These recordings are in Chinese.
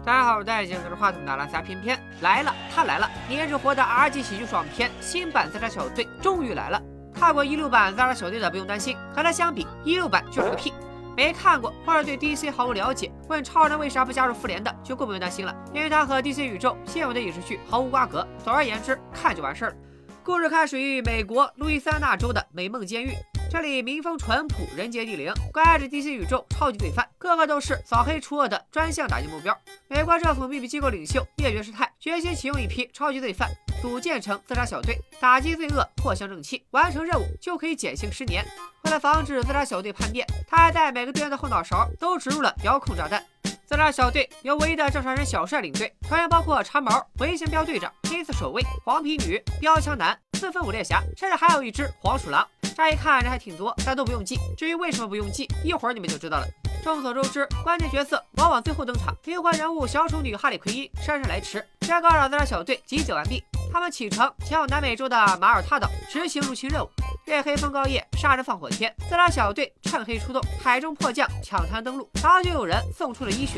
大家好，我戴镜，隔着话筒的拉萨偏偏来了，他来了！连着活的 R 级喜剧爽片新版自杀小队终于来了。看过16版自杀小队的不用担心，和它相比，16版就是个屁。没看过或者对 DC 毫无了解，问超人为啥不加入复联的，就更不用担心了，因为他和 DC 宇宙现有的影视剧毫无瓜葛。总而言之，看就完事儿了。故事开始于美国路易斯安那州的美梦监狱。这里民风淳朴，人杰地灵，关爱着 DC 宇宙超级罪犯，个个都是扫黑除恶的专项打击目标。美国政府秘密机构领袖灭绝师太决心启用一批超级罪犯，组建成自杀小队，打击罪恶，破向正气，完成任务就可以减刑10年。为了防止自杀小队叛变，他还在每个队员的后脑勺都植入了遥控炸弹。自杀小队由唯一的正常人小帅领队，成员包括长毛、危险镖队长、黑丝守卫、黄皮女、标枪男、4分5裂侠，甚至还有一只黄鼠狼。乍一看人还挺多，但都不用记。至于为什么不用记，一会儿你们就知道了。众所周知，关键角色往往最后登场，灵魂人物小丑女哈利奎因姗姗来迟，这高扰自杀小队集结完毕。他们启程前往南美洲的马耳他岛执行入侵任务。月黑风高夜，杀人放火天，自杀小队趁黑出动，海中迫降，抢滩登陆，早就有人送出了医血。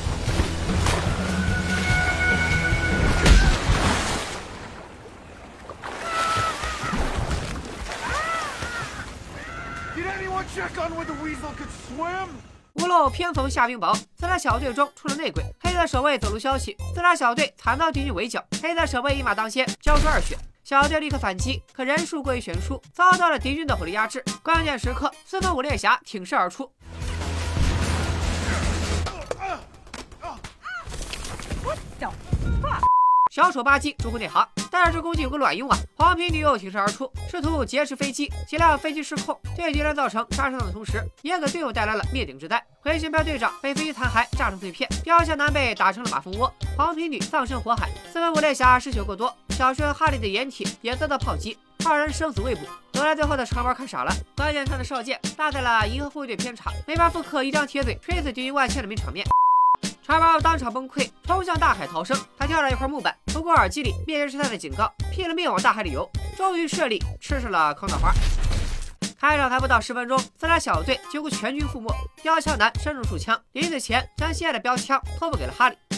屋漏偏逢下冰雹，自杀小队中出了内鬼。黑色守卫走漏消息，自杀小队惨遭敌军围剿，黑色守卫一马当先，交出2血。小队立刻反击，可人数过于悬殊，遭到了敌军的火力压制。关键时刻，4分5裂侠挺身而出。小丑巴基直呼内行，但是这攻击有个卵用啊！黄皮女又挺身而出，试图劫持飞机，岂料飞机失控，对敌人造成杀伤的同时，也给队友带来了灭顶之灾。回旋镖队长被飞机残骸炸成碎片，标枪男被打成了马蜂窝，黄皮女葬身火海，4分5裂侠失血过多，小帅和哈利的掩体也遭到炮击，2人生死未卜。得来最后的长毛看傻了，关键他的少剑搭在了银河护卫队片场，没法复刻一张铁嘴吹死敌军万千的名场面。长毛当场崩溃，冲向大海逃生。他跳上一块木板，不过耳机里灭绝师太的警告，拼了命往大海里游，终于顺利吃上了康乐花。开场还不到10分钟，自杀小队几乎全军覆没。标枪男身中数枪，临死前将心爱的标枪托付给了哈利。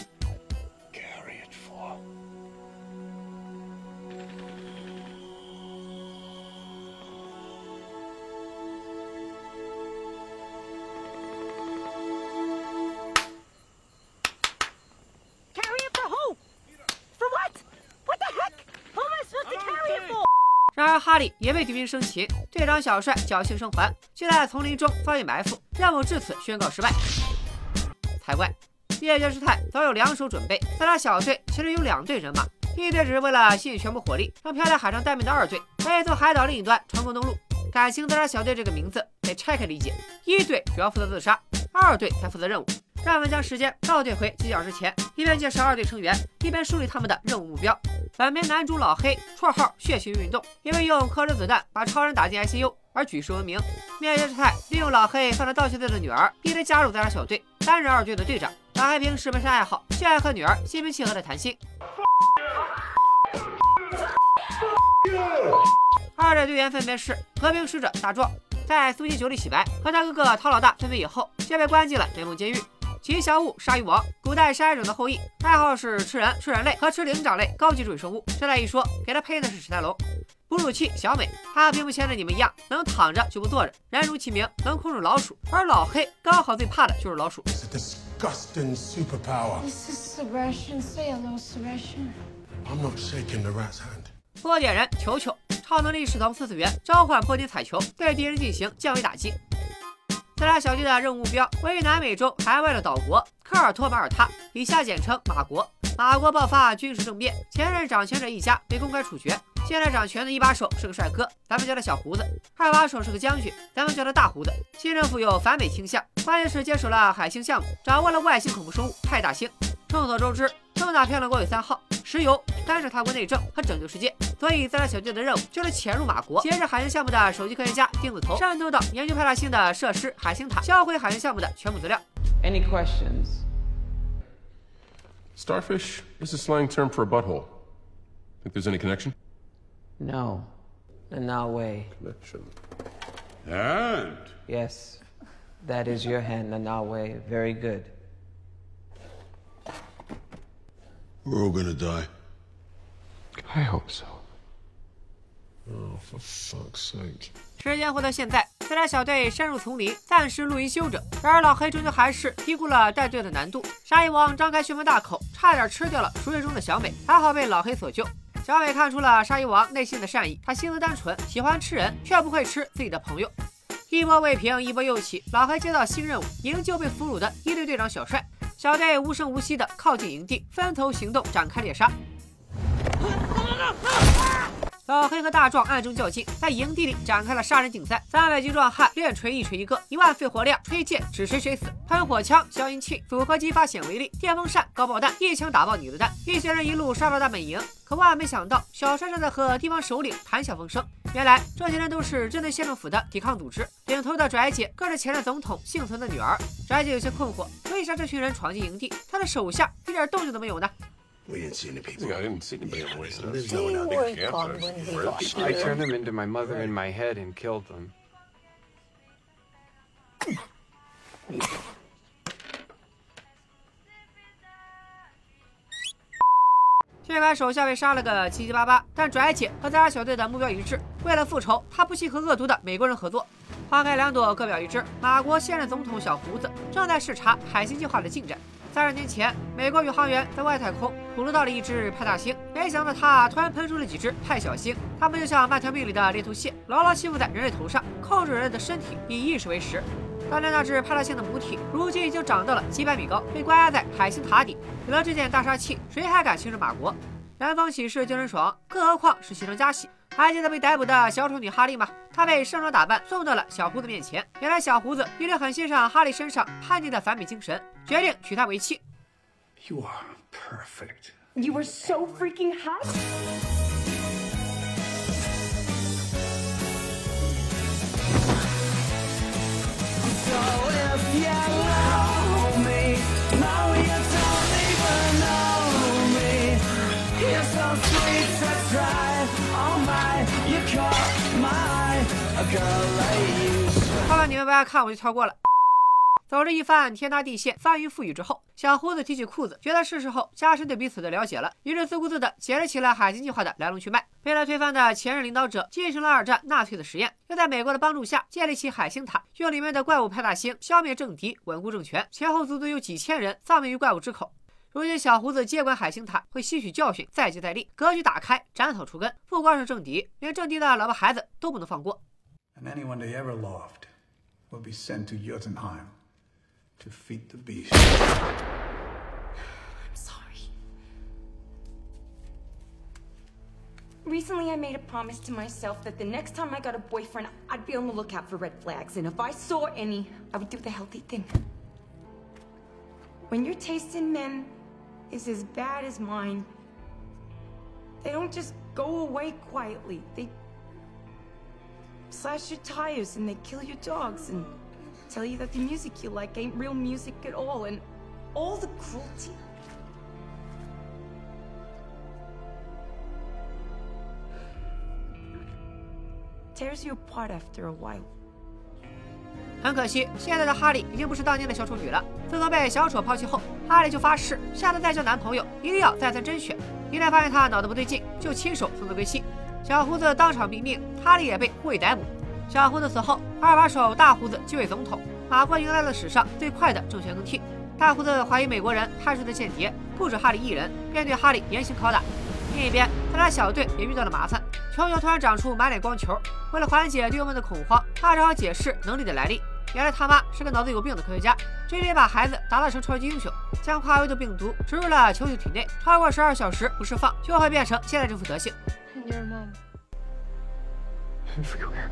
然而哈利也被敌军生擒，队长小帅侥幸生还，却在丛林中遭遇埋伏，任务至此宣告失败。才怪！灭绝师太早有2手准备，自杀小队其实有2队人马，一队只是为了吸引全部火力，让漂在海上待命的2队可以从海岛另一端成功登陆。感情自杀小队这个名字得拆开理解，1队主要负责自杀，2队才负责任务。让我们将时间倒退回几小时前，一边介绍2队成员，一边梳理他们的任务目标。本片男主老黑，绰号血腥运动，因为用克制子弹把超人打进 ICU 而举世闻名。灭绝师太利用老黑犯了盗窃罪的女儿，逼他加入自杀小队，担任2队的队长。老黑平时本身爱好，就爱和女儿心平气和的谈心。2队队员分别是和平使者大壮，在苏西酒里洗白，和他哥哥陶老大分别以后，就被关进了美梦监狱。吉祥物鲨鱼王，古代山海种的后裔，爱好是吃人、吃人类和吃灵长类高级水生物。这来一说，给他配的是史泰龙。哺乳器小美，她和屏幕前的你们一样，能躺着就不坐着，人如其名，能控制老鼠。而老黑刚好最怕的就是老鼠。 Disgusting superpower. This is Sebastian. Say hello, Sebastian. I'm not shaking the rat's hand. 波点人球球，超能力视同4次元，召唤波点彩球，对敌人进行降维打击。自杀小队的任务目标位于南美洲海外的岛国科尔托马尔他，以下简称马国。马国爆发军事政变，前任掌权者一家被公开处决，现在掌权的1把手是个帅哥，咱们叫他小胡子；2把手是个将军，咱们叫他大胡子。新政府有反美倾向，关键是接手了海星项目，掌握了外星恐怖生物派大星。众所周知，正大片的国有3号石油干涉他国内政和拯救世界，所以自杀小队的任务就是潜入马国，劫持海星项目的首席科学家钉子头，渗透到研究派大星的设施海星塔，销毁海星项目的全部资料。 Any questions? Starfish is a slang term for a butthole. Think there's any connection? No. No way. Connection. And Yes. That is your hand, Nanawe. Very good. We're all gonna die. I hope so. Oh, for fuck's sake. 时间回到现在，自杀小队深入丛林，暂时露营休整。然而老黑终究还是低估了带队的难度。杀一王张开血盆大口，差点吃掉了熟睡中的小美，还好被老黑所救。小美看出了杀一王内心的善意，他心思单纯，喜欢吃人，却不会吃自己的朋友。一波未平，一波又起，老黑接到新任务，营救被俘虏的一队队长小帅。小队无声无息地靠近营地，分头行动，展开猎杀。老黑和大壮暗中较劲，在营地里展开了杀人竞赛。300斤壮汉练锤一锤一个，1万肺活量吹剑只谁谁死，喷火枪消音器，组合击发显威力，电风扇高爆弹，一枪打爆你的蛋。一行人一路杀到大本营，可万万没想到，小帅正在和地方首领谈笑风生。原来这些人都是针对县政府的抵抗组织，领头的拽姐更是前任总统幸存的女儿。拽姐有些困惑，为啥这群人闯进营地，他的手下一点动静都没有呢 We didn't see any people. I didn't see anybody on the way. There's no one out there. Campfires. I turned them into my mother in my head and killed them. 这把手下被杀了个七七八八，但拽姐和自杀小队的目标一致。为了复仇，他不惜和恶毒的美国人合作。花开两朵，各表一枝。马国现任总统小胡子正在视察海星计划的进展。30年前，美国宇航员在外太空捕捉到了一只派大星，没想到它突然喷出了几只派小星，它们就像慢条斯理的猎头蟹，牢牢吸附在人类头上，控制人类的身体，以意识为食。当年那只派大星的母体，如今已经长到了几百米高，被关押在海星塔底。有了这件大杀器，谁还敢侵入马国？南方喜事精神爽，更何况是喜上加喜。还记得被逮捕的小丑女哈利吗？她被盛装打扮送到了小胡子面前。原来小胡子一直很欣赏哈利身上叛逆的反美精神，决定娶她为妻。 You are perfect. You were so freaking hot. So if you love me, now you don't even know me. You're so sweet to try. Oh my, you caught my eye. A girl like you. 好了，你们不爱看我就跳过了。走这一番天塌地陷、翻云覆雨之后，小胡子提起裤子，觉得是时候加深对彼此的了解了，于是自顾自地解释起了海星计划的来龙去脉。被他推翻的前任领导者进行了2战纳粹的实验，又在美国的帮助下建立起海星塔，用里面的怪物派大星消灭政敌，稳固政权，前后足足有几千人丧命于怪物之口。如今小胡子接管海星塔，会吸取教训，再接再厉，格局打开，斩草除根，不光是政敌，连政敌的老婆孩子都不能放过。 And anyone they ever loved will be sent to Jotunheim to feed the beast. I'm sorry. Recently, I made a promise to myself that the next time I got a boyfriend, I'd be on the lookout for red flags. And if I saw any, I would do the healthy thing. When your taste in men is as bad as mine, they don't just go away quietly. They slash your tires and they kill your dogs and tell you that the music you like ain't real music at all, and all the cruelty. Tears you apart after a while. 很可惜，现在的哈利已经不是当年的小丑女了。自从被小丑抛弃后，哈利就发誓，下次再交男朋友一定要再三甄选。一旦发现他脑子不对劲，就亲手送他归西。小胡子当场毙命，哈利也被护卫逮捕。小胡子死后，2把手大胡子继位总统，马国迎来了史上最快的政权更替。大胡子怀疑美国人派出的间谍，不止哈利一人，便对哈利严刑拷打。另一边，自杀小队也遇到了麻烦，球球突然长出满脸光球。为了缓解队友们的恐慌，他只好解释能力的来历。原来他妈是个脑子有病的科学家，直接把孩子打造成超级英雄，将跨维度病毒植入了球球体内，超过12小时不释放，就会变成现在这副德行。 And your mom. Everywhere.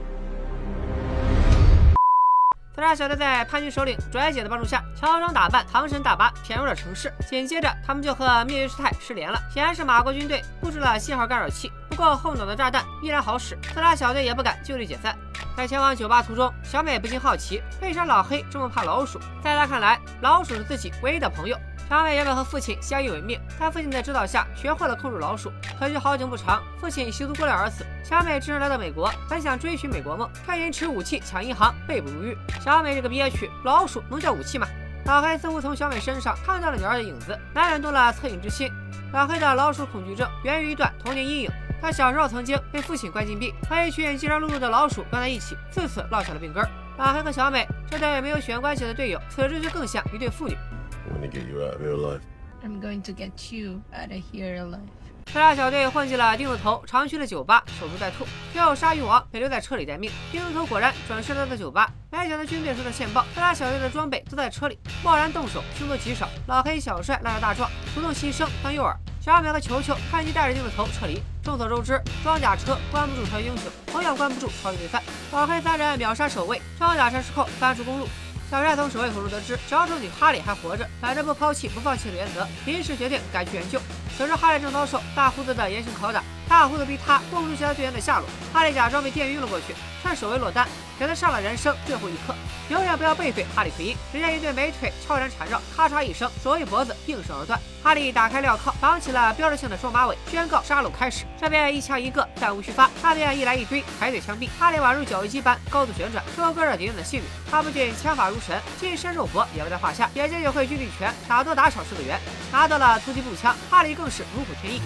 自杀小队在叛军首领拽姐的帮助下，乔装打扮，唐神大巴潜入了城市。紧接着，他们就和灭绝师太失联了。显然是马国军队布置了信号干扰器，不过后脑的炸弹依然好使，自杀小队也不敢就地解散。在前往酒吧途中，小美不禁好奇，为啥老黑这么怕老鼠？在她看来，老鼠是自己唯一的朋友。小美原本和父亲相依为命，在父亲的指导下学会了控制老鼠。可惜好景不长，父亲吸毒过量而死。小美只身来到美国，本想追寻美国梦，却因持武器抢银行被捕入狱。小美这个憋屈，老鼠能叫武器吗？ 老黑似乎从小美身上看到了女儿的影子，难忍动了恻隐之心。老黑的老鼠恐惧症源于一段童年阴影。他小时候曾经被父亲关禁闭，和一群饥肠辘辘的老鼠关在一起，自此落下了病根。老黑和小美这对没有血缘关系的队友，此时却更像一对父女。 I'm gonna get you out of here alive. I'm going to get you out of here alive. 自杀小队混进了钉子头常去的酒吧，守株待兔。只有鲨鱼王被留在车里待命。钉子头果然准时来到酒吧，没想到军队收到线报，自杀小队的装备都在车里，贸然动手，凶多吉少。老黑、小帅拉着大壮，主动牺牲当诱饵。小美和球球看见带着钉子头撤离。众所周知，装甲车关不住超级英雄，同样关不住超级罪犯。老黑3人秒杀守卫，装甲车失控翻出公路。小帅从守卫口中得知小丑女哈利还活着，本着不抛弃不放弃的原则，临时决定赶去援救。可是哈利正遭受大胡子的严刑拷打，大胡子逼他供出其他队员的下落。哈利假装被电晕了过去，趁守卫落单，给他上了人生最后一课：永远不要背对哈利奎因。只见一对美腿悄然缠绕，咔嚓一声，守卫脖子应声而断。哈利打开镣铐，绑起了标志性的双马尾，宣告杀戮开始。这边一枪一个，弹无虚发；那边一来一堆排队枪毙。哈利宛如绞肉机般高度旋转，收割着敌人的性命。他不仅枪法如神，近身肉搏也不在话下，眼见就会军体拳，打多打少是个圆。拿到了突击步枪，哈利更是如虎添翼。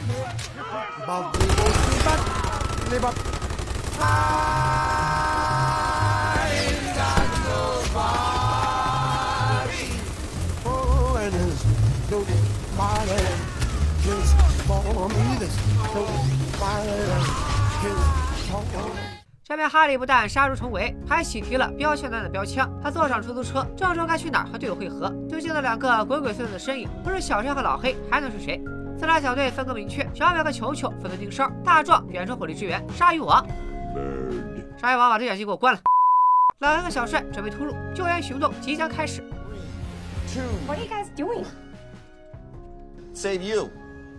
这边哈利不但杀出重围，还喜提了标枪男的标枪。他坐上出租车，正说该去哪儿和队友会合，就见到2个鬼鬼祟祟的身影，不是小帅和老黑，还能是谁？自杀小队分工明确，小美和球球负责盯梢，大壮远程火力支援，鲨鱼王把对讲机给我关了。老黑和小帅准备突入，救援行动即将开始。 What are you guys doing? Save you.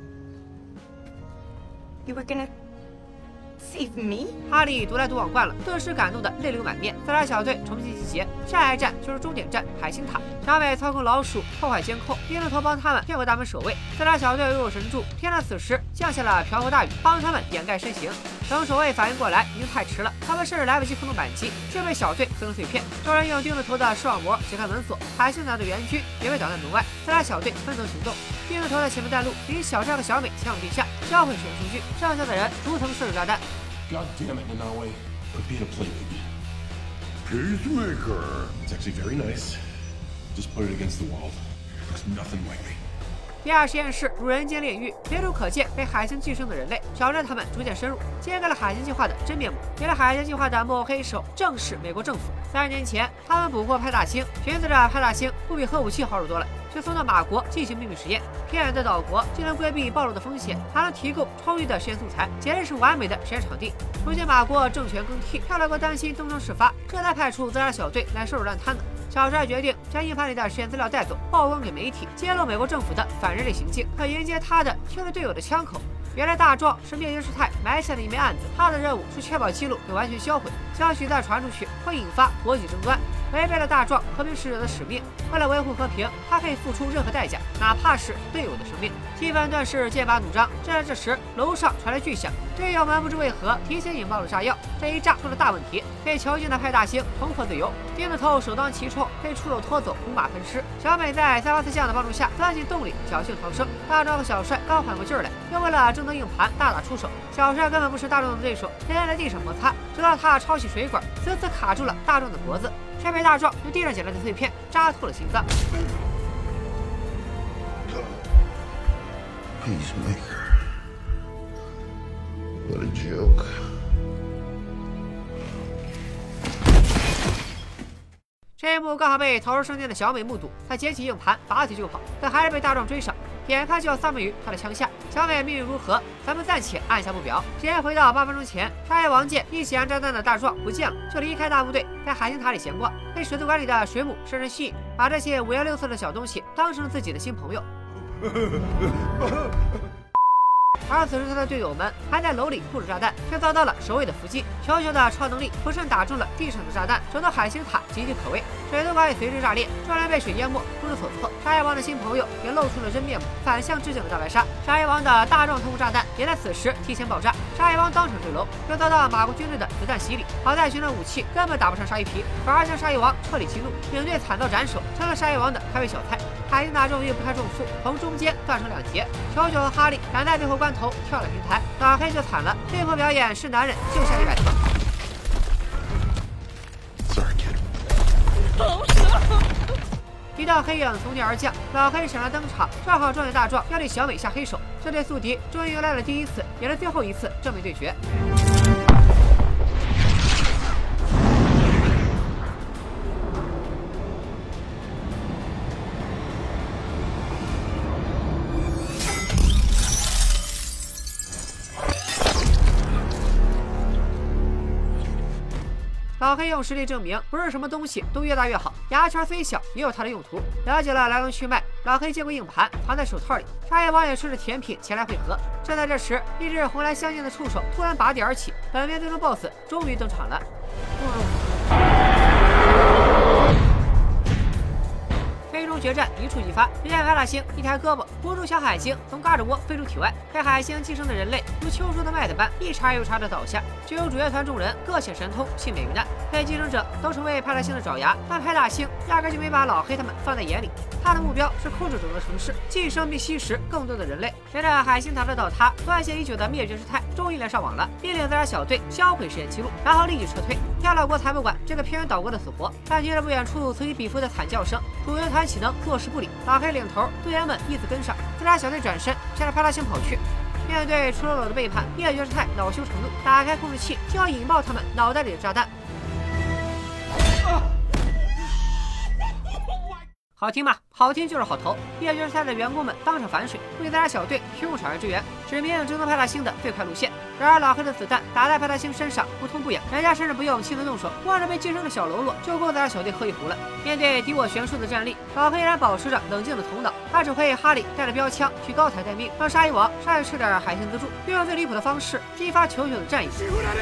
You were gonna save me? 哈利独来独往惯了，顿时感动得泪流满面。自杀小队重新集结，下一站就是终点站海星塔。小美操控老鼠破坏监控，钉子头帮他们骗回大门守卫。自杀小队如有神助，天在此时降下了瓢泼大雨，帮他们掩盖身形。等守卫反应过来，已经太迟了，他们甚至来不及空中反击，就被小队撕成碎片。众人用钉子头的视网膜解开门锁，海星塔的援军也被挡在门外。自杀小队分头行动，钉子头在前面带路，领小帅和小美前往地下销毁血数据，剩下的人如同设置炸弹。 God damn it, Nanaue. Quit being a playbaby. Peacemaker. It's actually very nice. Just put it against the wall. Looks nothing like me. 第2实验室如人间炼狱，随处可见被海星寄生的人类。小寨他们逐渐深入，揭开了海星计划的真面目。原来海星计划的幕后黑手正是美国政府。30年前，他们捕获派大星，寻思着派大星不比核武器好使多了，就送到马国进行秘密实验。偏远的岛国既能规避暴露的风险，还能提供充裕的实验素材，简直是完美的实验场地。如今马国政权更替，漂亮国担心东窗事发，这才派出自杀小队来收拾烂摊子。小帅决定将硬盘里的实验资料带走，曝光给媒体，揭露美国政府的反人类行径。可迎接他的却是队友的枪口。原来大壮是灭绝师太埋下的一枚案子，他的任务是确保记录被完全销毁，消息再传出去会引发国际争端，违背了大壮和平使者的使命。为了维护和平，他可以付出任何代价，哪怕是队友的生命。气氛顿时剑拔弩张。正在这时，楼上传来巨响，队友们不知为何提前引爆了炸药，这一炸出了大问题，被囚禁的派大星同伙自由。钉子头首当其冲，被出手拖走，五马分尸。小美在塞巴斯酱的帮助下钻进洞里，侥幸逃生。大壮和小帅刚缓过劲儿来，又为了争夺硬盘大打出手。小帅根本不是大壮的对手，天天在地上摩擦，直到他抄起水管，死死卡住了大壮的脖子，却被大壮用地上捡来的碎片扎透了心脏。 Peacemaker. What a joke. 这一幕刚好被逃出圣殿的小美目睹，她捡起硬盘拔腿就跑，但还是被大壮追上，眼看就要三文鱼他的枪下。小美命运如何？咱们暂且按下不表。时间回到8分钟前，杀害王健一起安炸弹的大壮不见了，就离开大部队，在海星塔里闲逛，被水族馆里的水母深深吸引，把这些五颜六色的小东西当成自己的新朋友。 而此时他的队友们还在楼里布置炸弹，却遭到了守卫的伏击。球球的超能力不慎打中了地上的炸弹，整座海星塔岌岌可危，水族馆也随之炸裂，众人被水淹没，不知所措。沙耶王的新朋友也露出了真面目，反向致敬了大白鲨。沙耶王的大壮特务炸弹也在此时提前爆炸，沙耶王当场坠楼，又遭到马国军队的子弹洗礼。好在旋转武器根本打不上鲨鱼皮，反而将沙耶王彻底激怒，领队惨遭斩首，成了沙耶王的开胃小菜。海星塔终于不堪重负，从中间断成2截。球球和哈利赶在最后关头跳了平台，老黑就惨了，被迫表演是男人就下100条。 Sorry, kid. 一道黑影从天而降，老黑闪亮登场，正好撞见大壮要对小美下黑手。这对宿敌终于迎来了第一次，也是最后一次正面对决。老黑用实力证明，不是什么东西都越大越好。牙签虽小，也有它的用途。了解了来龙去脉，老黑接过硬盘，藏在手套里。沙耶王也吃着甜品前来会合。正在这时，一只红蓝相间的触手突然拔地而起，本片最终 BOSS 终于登场了。非中决战一触即发，只见派大星一抬胳膊扶住小海星从嘎吱窝飞出体外，被海星寄生的人类如秋收的麦子般一茬又茬的倒下，只有主角团众人各显神通，幸免于难。被寄生者都成为派大星的爪牙，但派大星压根就没把老黑他们放在眼里。他的目标是控制整个城市，寄生并吸食更多的人类。随着海星塔的倒塌，断线已久的灭绝师太终于连上网了，命令自杀小队销毁实验记录，然后立即撤退。天老国才不管这个偏远岛国的死活，但听着不远处此起彼伏的惨叫声，主角团岂能坐视不理？老黑领头，队员们依次跟上，自杀小队转身向着派大星跑去。面对赤裸裸的背叛，灭绝师太恼羞成怒，打开控制器就要引爆他们脑袋里的炸弹。好听吗？好听就是好投。灭绝师太的员工们当场反水，为自杀小队提供场外支援，指明征得派大星的最快路线。然而老黑的子弹打在派大星身上不痛不痒，人家甚至不用亲自动手，望着被寄生的小喽啰就够自杀小队喝一壶了。面对敌我悬殊的战力，老黑依然保持着冷静的头脑。他指挥哈利带着标枪去高台待命，让鲨鱼王上去吃点海鲜自助，并用最离谱的方式激发球球的战意。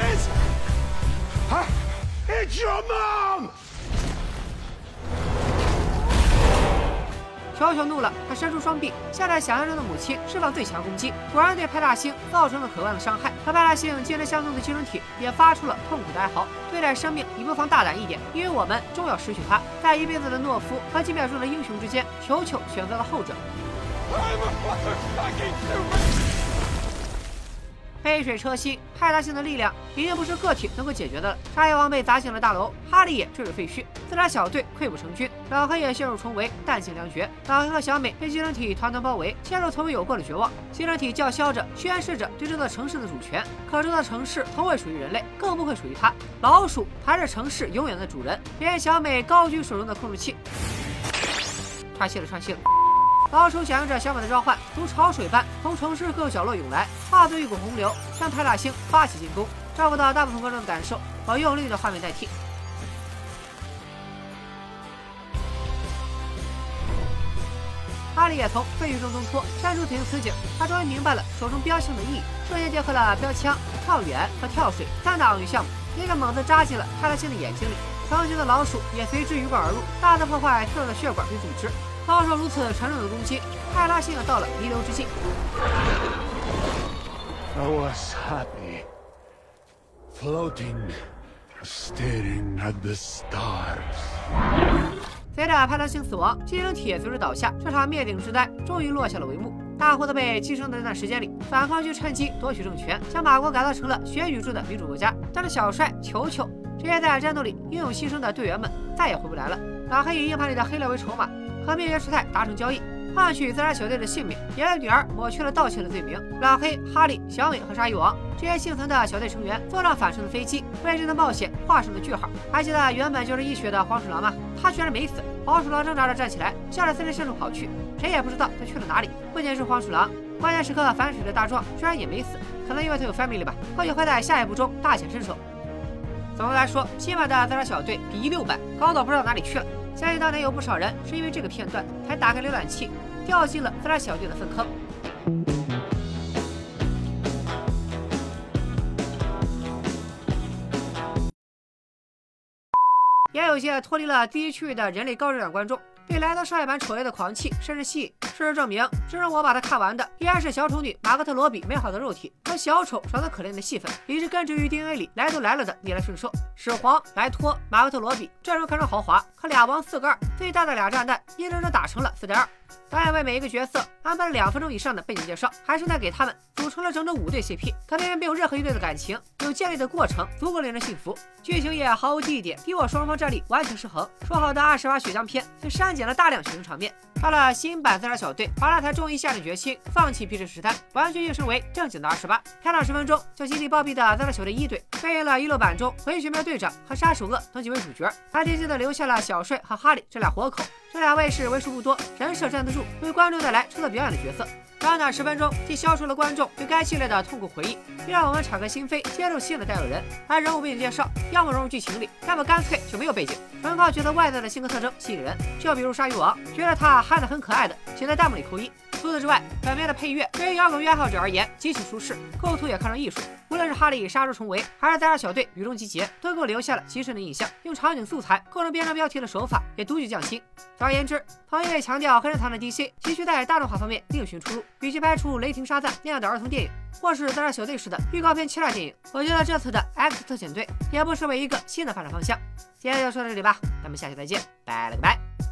It's your mom! 球球怒了，他伸出双臂，向着想象中的母亲释放最强攻击，果然对派大星造成了可观的伤害。和派大星精神相通的寄生体也发出了痛苦的哀嚎。对待生命，你不妨大胆一点，因为我们终要失去它。在一辈子的懦夫和几秒钟的英雄之间，球球选择了后者。杯水车薪，派大星的力量已经不是个体能够解决的了。沙耶王被砸进了大楼，哈利也坠入废墟，自杀小队溃不成军，老黑也陷入重围，弹尽粮绝。老黑和小美被寄生体团团包围，陷入从未有过的绝望。寄生体叫嚣着宣示着对这座城市的主权，可这座城市从未属于人类，更不会属于他。老鼠才是城市永远的主人。只见小美高举手中的控制器，串戏了。老鼠响应着小美的召唤，如潮水般从城市各个角落涌来，化作一股洪流，向派大星发起进攻。照顾到大部分观众的感受，我用另一个画面代替。哈利也从废墟中挣脱，站出此情此景，他终于明白了手中标枪的意义，瞬间结合了标枪、跳远和跳水3大奥运项目，一个猛子扎进了派大星的眼睛里。成群的老鼠也随之鱼贯而入，大肆破坏特有的血管与组织。遭受如此沉重的攻击，派拉星也到了弥留之际。 I was happy, floating, staring at the stars. 随着派拉星死亡，寄生体也随之倒下，这场灭顶之灾终于落下了帷幕。大伙都被寄生的那段时间里，反抗军趁机夺取政权，将马国改造成了全宇宙的民主国家。但是小帅、球球这些在战斗里英勇牺牲的队员们再也回不来了。老黑以硬盘里的黑料为筹码，和灭绝师太达成交易，换取自杀小队的性命，也为女儿抹去了盗窃的罪名。老黑、哈利、小美和鲨鱼王这些幸存的小队成员坐上返程的飞机，为这次冒险画上了句号。还记得原本就是一血的黄鼠狼吗？他居然没死。黄鼠狼挣扎着站起来，向着森林深处跑去，谁也不知道他去了哪里。不仅是黄鼠狼，关键时刻反水的大壮居然也没死，可能因为他有 family 吧，或许会在下一步中大显身手。总的来说，新版的自杀小队比16版高到不知道哪里去了。相信当年有不少人是因为这个片段才打开浏览器，掉进了自杀小队的粪坑。 也有些脱离了第一区域的人类高质量观众被来到上海版丑爷的狂气深深吸引。事实证明，真让我把它看完的依然是小丑女马格特罗比美好的肉体和小丑爽得可怜的戏份，也是根植于 DNA 里来都来了的逆来顺受。始皇、莱托、马格特罗比阵容看着豪华，可俩王4个2，最大的俩炸弹一整整打成了4.2。导演为每一个角色安排了2分钟以上的背景介绍，还顺带给他们组成了整整5对 CP， 可偏偏没有任何一对的感情有建立的过程，足够令人信服。剧情也毫无记忆点，敌我双方战力完全失衡。说好的28血浆篇却删减了大量血腥场面。到了新版自杀小队，巴拉台终于下定决心放弃皮质13，完全晋升为正经的28。开场10分钟就集体暴毙的自杀小队1队，对应了16版中回旋镖队长和杀手鳄等几位主角，还间接的留下了小帅和哈利这俩活口。这2位是为数不多人设站得住，为观众带来出色表演的角色。短短10分钟，既消除了观众对该系列的痛苦回忆，又让我们敞开心扉接受新的带有人。而人物背景介绍，要么融入剧情里，要么干脆就没有背景，纯靠角色外在的性格特征吸引人。就比如鲨鱼王，觉得他憨得很可爱的，请在弹幕里扣1。除此之外，本片的配乐对于摇滚乐爱好者而言极其舒适，构图也看上艺术。无论是哈利杀出重围，还是自杀小队雨中集结，都给我留下了极深的印象。用场景素材构成编程标题的手法也独具匠心。总而言之，同一位强调黑人残的 DC， 急需在大众化方面另寻出路。与其拍出雷霆沙赞那样的儿童电影，或是自杀小队式的预告片期待电影，我觉得这次的 X 特遣队也不失为一个新的发展方向。今天就说到这里吧，咱们下期再见，拜了个拜。